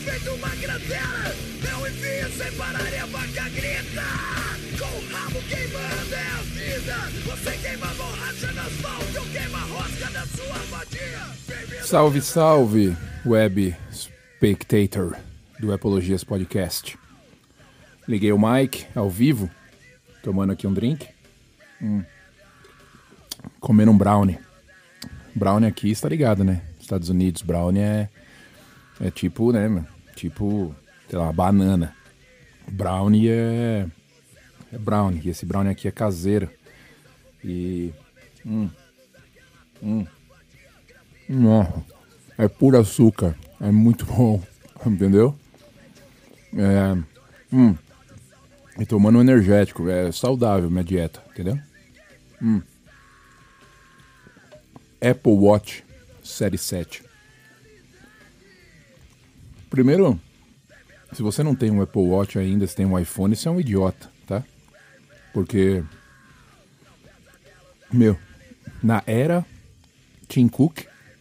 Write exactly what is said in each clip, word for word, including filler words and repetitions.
feito uma granela. Eu envio sem parar e a vaca grita. Com o rabo queimando é a vida. Você queima borracha no asfalto, eu queimo a rosca da sua vadia. Salve, salve, web spectator do Apologias Podcast. Liguei o mic ao vivo, tomando aqui um drink, hum. comendo um brownie. Brownie aqui, está ligado, né? Estados Unidos, brownie é, é tipo, né, tipo, sei lá, banana. Brownie é, é brownie, e esse brownie aqui é caseiro. E, hum, hum, nossa, é puro açúcar, é muito bom, entendeu? É, hum, e tomando um energético, é saudável minha dieta, entendeu? Hum. Apple Watch Série sete. Primeiro, se você não tem um Apple Watch ainda, se tem um iPhone, você é um idiota, tá? Porque, meu, na era Tim Cook,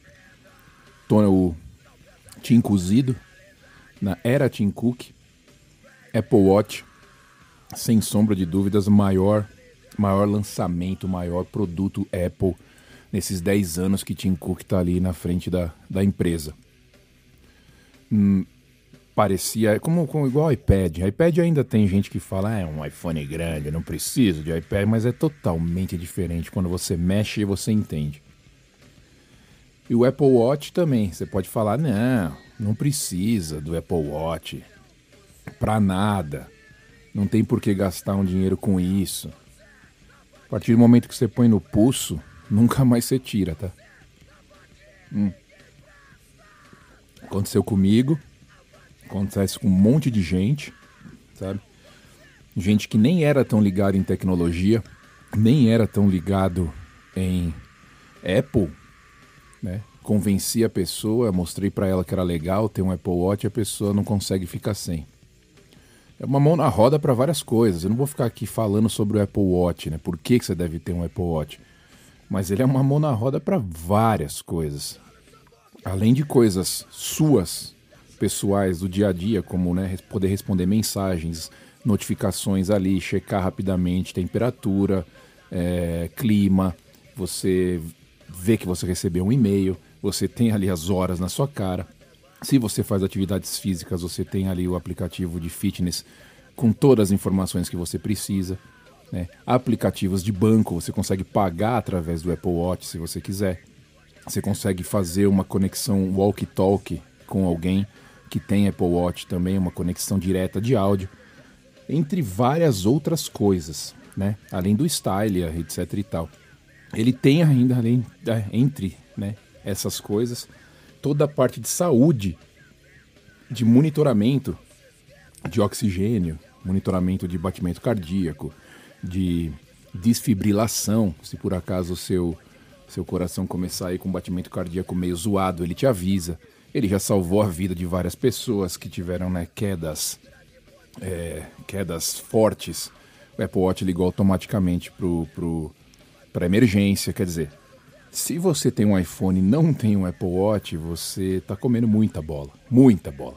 o Tim cozido, na era Tim Cook, Apple Watch, sem sombra de dúvidas, maior, maior lançamento, maior produto Apple nesses dez anos que Tim Cook está ali na frente da, da empresa. Hum, parecia, como, como igual iPad. iPad ainda tem gente que fala, ah, é um iPhone grande, eu não preciso de iPad, mas é totalmente diferente quando você mexe e você entende. E o Apple Watch também, você pode falar, não, não precisa do Apple Watch pra nada, não tem por que gastar um dinheiro com isso. A partir do momento que você põe no pulso, nunca mais você tira, tá? Hum. Aconteceu comigo, acontece com um monte de gente, sabe? Gente que nem era tão ligado em tecnologia, nem era tão ligado em Apple, né? Convenci a pessoa, mostrei pra ela que era legal ter um Apple Watch e a pessoa não consegue ficar sem. É uma mão na roda para várias coisas. Eu não vou ficar aqui falando sobre o Apple Watch, né? Por que que você deve ter um Apple Watch? Mas ele é uma mão na roda para várias coisas. Além de coisas suas, pessoais, do dia a dia, como, né, poder responder mensagens, notificações ali, checar rapidamente temperatura, é, clima, você vê que você recebeu um e-mail, você tem ali as horas na sua cara. Se você faz atividades físicas, você tem ali o aplicativo de fitness com todas as informações que você precisa. Né? Aplicativos de banco, você consegue pagar através do Apple Watch se você quiser. Você consegue fazer uma conexão walkie-talkie com alguém que tem Apple Watch também, uma conexão direta de áudio, entre várias outras coisas, né? Além do style, etc e tal. Ele tem ainda, além, entre, né, essas coisas, toda a parte de saúde, de monitoramento de oxigênio, monitoramento de batimento cardíaco, de desfibrilação, se por acaso o seu, seu coração começar a ir com batimento cardíaco meio zoado, ele te avisa. Ele já salvou a vida de várias pessoas que tiveram, né, quedas, é, quedas fortes. O Apple Watch ligou automaticamente pro, pro, pra emergência, quer dizer... Se você tem um iPhone e não tem um Apple Watch, você está comendo muita bola, muita bola.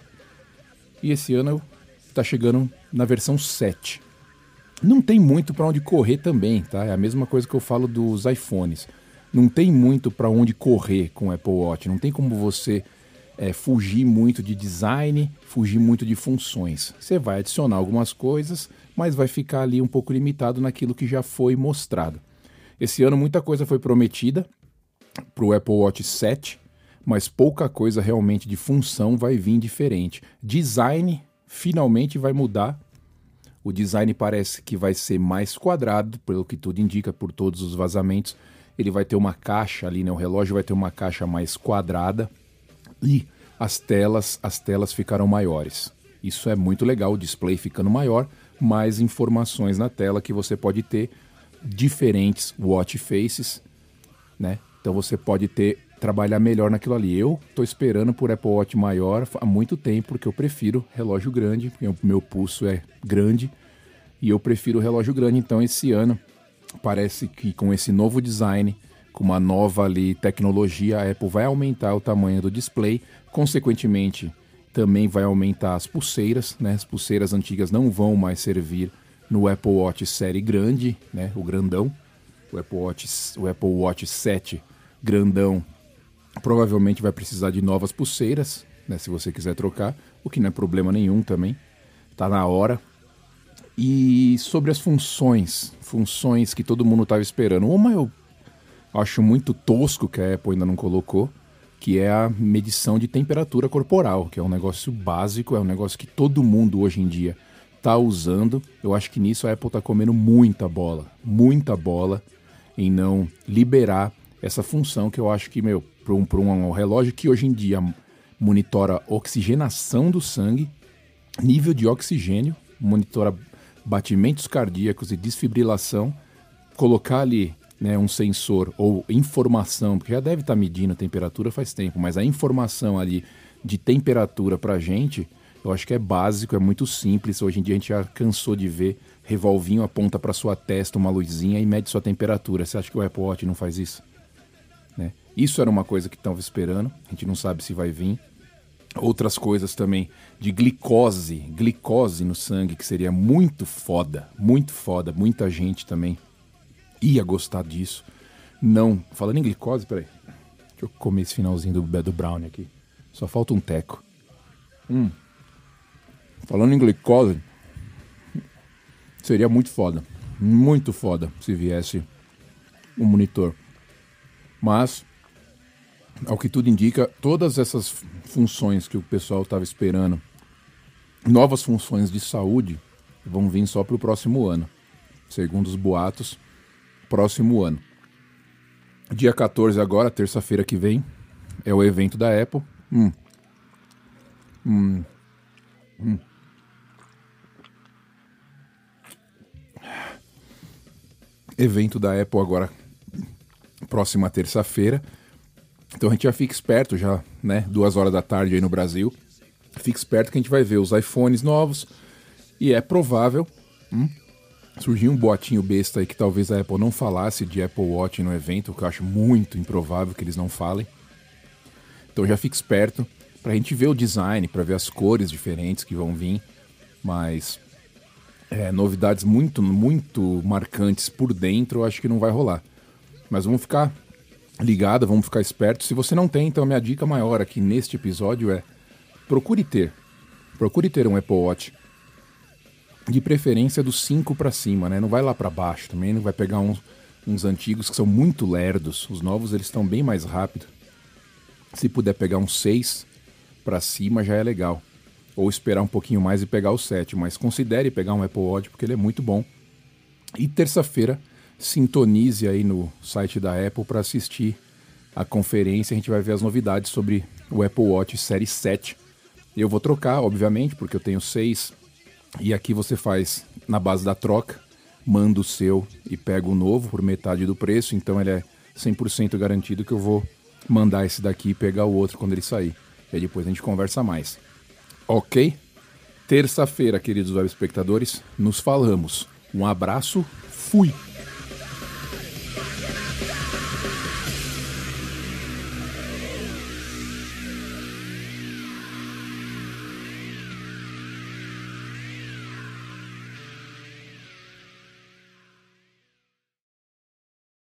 E esse ano está chegando na versão sete. Não tem muito para onde correr também, tá? É a mesma coisa que eu falo dos iPhones. Não tem muito para onde correr com o Apple Watch. Não tem como você é, fugir muito de design, fugir muito de funções. Você vai adicionar algumas coisas, mas vai ficar ali um pouco limitado naquilo que já foi mostrado. Esse ano muita coisa foi prometida para o Apple Watch sete, mas pouca coisa realmente de função vai vir diferente. Design finalmente vai mudar. O design parece que vai ser mais quadrado, pelo que tudo indica, por todos os vazamentos. Ele vai ter uma caixa ali, né? O relógio vai ter uma caixa mais quadrada e as telas, as telas ficarão maiores. Isso é muito legal, o display ficando maior, mais informações na tela que você pode ter, diferentes watch faces, né? Então você pode ter, trabalhar melhor naquilo ali. Eu estou esperando por Apple Watch maior há muito tempo, porque eu prefiro relógio grande, porque o meu pulso é grande e eu prefiro relógio grande. Então esse ano parece que com esse novo design, com uma nova ali tecnologia, a Apple vai aumentar o tamanho do display, consequentemente também vai aumentar as pulseiras, né? As pulseiras antigas não vão mais servir no Apple Watch série grande, né? O grandão. O Apple Watch, o Apple Watch sete grandão provavelmente vai precisar de novas pulseiras, né? Se você quiser trocar, o que não é problema nenhum também. Tá na hora. E sobre as funções, funções que todo mundo estava esperando. Uma eu acho muito tosco que a Apple ainda não colocou, que é a medição de temperatura corporal, que é um negócio básico, é um negócio que todo mundo hoje em dia está usando. Eu acho que nisso a Apple está comendo muita bola, muita bola em não liberar essa função que eu acho que, meu, para um, para um relógio que hoje em dia monitora oxigenação do sangue, nível de oxigênio, monitora batimentos cardíacos e desfibrilação, colocar ali, né, um sensor ou informação, porque já deve estar medindo a temperatura faz tempo, mas a informação ali de temperatura para a gente, eu acho que é básico, é muito simples. Hoje em dia a gente já cansou de ver revolvinho, aponta para sua testa uma luzinha e mede sua temperatura. Você acha que o Apple Watch não faz isso? Né? Isso era uma coisa que estava esperando, a gente não sabe se vai vir. Outras coisas também de glicose, glicose no sangue, que seria muito foda, muito foda, muita gente também ia gostar disso. Não, falando em glicose, peraí, deixa eu comer esse finalzinho do, do brownie aqui, só falta um teco. Hum. Falando em glicose, seria muito foda, muito foda se viesse um monitor. Mas, ao que tudo indica, todas essas funções que o pessoal estava esperando, novas funções de saúde, vão vir só para o próximo ano. Segundo os boatos, próximo ano. Dia quatorze agora, terça-feira que vem, é o evento da Apple. Hum. Hum. Hum. Evento da Apple agora, próxima terça-feira. Então a gente já fica esperto, já, né? Duas horas da tarde aí no Brasil. Fica esperto que a gente vai ver os iPhones novos. E é provável hum, surgir um boatinho besta aí que talvez a Apple não falasse de Apple Watch no evento, que eu acho muito improvável que eles não falem. Então já fica esperto pra gente ver o design, pra ver as cores diferentes que vão vir. Mas é, novidades muito, muito marcantes por dentro, eu acho que não vai rolar. Mas vamos ficar ligado, vamos ficar espertos. Se você não tem, então a minha dica maior aqui neste episódio é procure ter. Procure ter um Apple Watch. De preferência do cinco para cima, né? Não vai lá para baixo também, não vai pegar uns, uns antigos que são muito lerdos. Os novos eles estão bem mais rápido. Se puder pegar um seis para cima já é legal. Ou esperar um pouquinho mais e pegar o sete, mas considere pegar um Apple Watch porque ele é muito bom. E terça-feira sintonize aí no site da Apple para assistir a conferência. A gente vai ver as novidades sobre o Apple Watch Série sete. Eu vou trocar, obviamente, porque eu tenho seis. E aqui você faz na base da troca, manda o seu e pega o novo por metade do preço. Então ele é cem por cento garantido que eu vou mandar esse daqui e pegar o outro quando ele sair. E aí depois a gente conversa mais. Ok? Terça-feira, queridos web espectadores, nos falamos. Um abraço, fui!